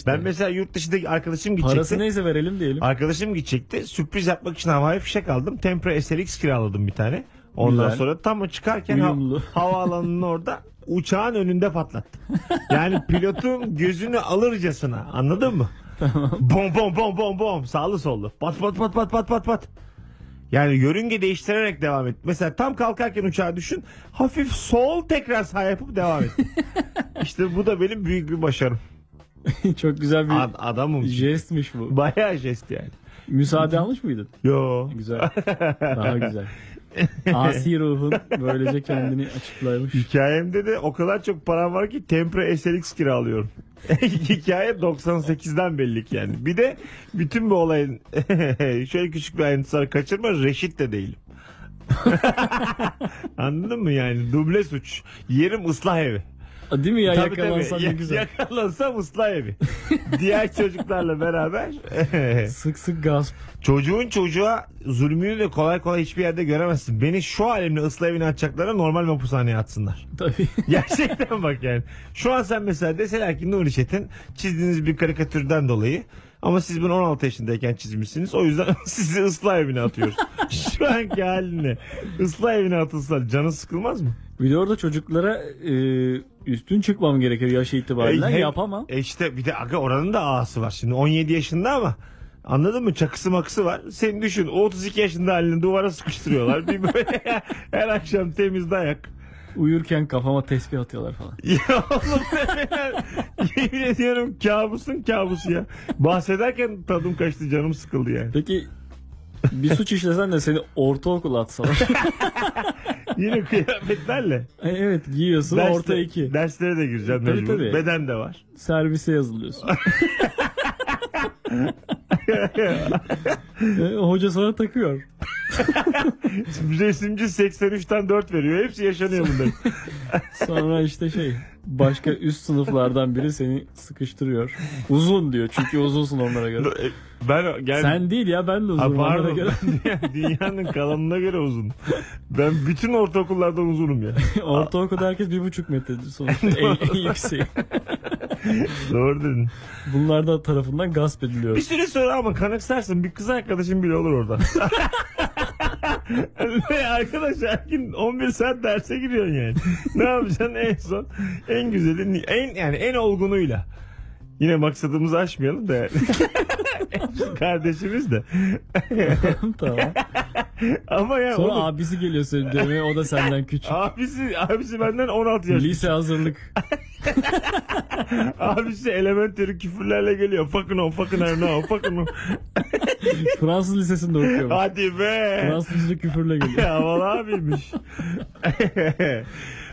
Ben mesela yurt dışındaki arkadaşım gidecekti. Parası neyse verelim diyelim. Arkadaşım gidecekti. Sürpriz yapmak için havai fişek aldım. Tempra SLX kiraladım bir tane. Ondan Güzel. sonra tam çıkarken Uyumlu. havaalanının orada uçağın önünde patlattım. Yani pilotun gözünü alırcasına, anladın mı? Bom bom bom bom bom, sağlı sollu. Pat pat pat pat pat pat pat. Yani yörünge değiştirerek devam et. Mesela tam kalkarken uçağı düşün. Hafif sol, tekrar sağ yapıp devam et. İşte bu da benim büyük bir başarım. Çok güzel bir Adamım. jestmiş bu. Bayağı jest yani. Müsaade almış mıydın? Yo. Güzel. Daha güzel. Asi ruhun böylece kendini açıklamış. Hikayemde de o kadar çok param var ki Tempra SLX kiralıyorum. Hikaye 98'den belli ki yani. Bir de bütün bu olayın şöyle küçük bir ayrıntısı var. Kaçırma, reşit de değilim. Anladın mı yani? Duble suç. Yerim ıslah evi. Değil mi ya, Tabii, yakalansan tabii. ne güzel. Yakalansam ıslah evi. Diğer çocuklarla beraber. Sık sık gasp. Çocuğun çocuğa zulmünü de kolay kolay hiçbir yerde göremezsin. Beni şu halimle ıslah evine atacaklara normal mahpushaneye atsınlar. Tabii. Gerçekten bak yani. Şu an sen mesela deseler ki Nuri Çetin çizdiğiniz bir karikatürden dolayı, ama siz bunu 16 yaşındayken çizmişsiniz, o yüzden sizi ıslah evine atıyoruz. Şu anki haline ıslah evine atılsa canın sıkılmaz mı? Bir de orada çocuklara üstün çıkmam gerekir yaş itibariyle. Yapamam. İşte bir de aga oranın da ağası var. Şimdi 17 yaşında ama anladın mı? Çakısı makısı var. Sen düşün, o 32 yaşında halini duvara sıkıştırıyorlar. Bir böyle her akşam temiz dayak. Uyurken kafama tesbih atıyorlar falan. Ya oğlum yemin ediyorum kabusun kabusu ya. Bahsederken tadım kaçtı, canım sıkıldı yani. Peki bir suç işlesen de seni ortaokula atsalar. Yine kıyafetlerle. Evet, giyiyorsun orta 2. Derslere de gireceğim Tabii, mecbur. tabii. Beden de var. Servise yazılıyorsun. Hoca sana takıyor. Resimci 83'ten 4 veriyor. Hepsi yaşanıyor bunların. Sonra işte başka üst sınıflardan biri seni sıkıştırıyor. Uzun diyor çünkü uzunsun onlara göre. Sen değil ya, ben de uzunum onlara göre. Dünyanın kalanına göre uzun. Ben bütün ortaokullardan uzunum ya. Ortaokulda herkes 1,5 metredir sonuçta. En yüksek. Doğru dedin. Bunlar da tarafından gasp ediliyor. Bir süre sonra ama kanıksarsın, bir kız arkadaşın bile olur orada. Ve arkadaş her gün 11 saat derse giriyorsun yani. Ne yapacaksın en son? En güzeli, en olgunuyla. Yine maksadımızı aşmayalım da yani. Kardeşimiz de. Tamam. Ama ya sonra oğlum, abisi geliyor seni dövmeye, o da senden küçük. abisi benden 16 yaş. Lise hazırlık. Abisi elementary küfürlerle geliyor. Fucking on, fucking no, fucking on. Fransız lisesinde okuyormuş. Hadi be. Fransızca küfürle geliyor. Havalı abiymiş.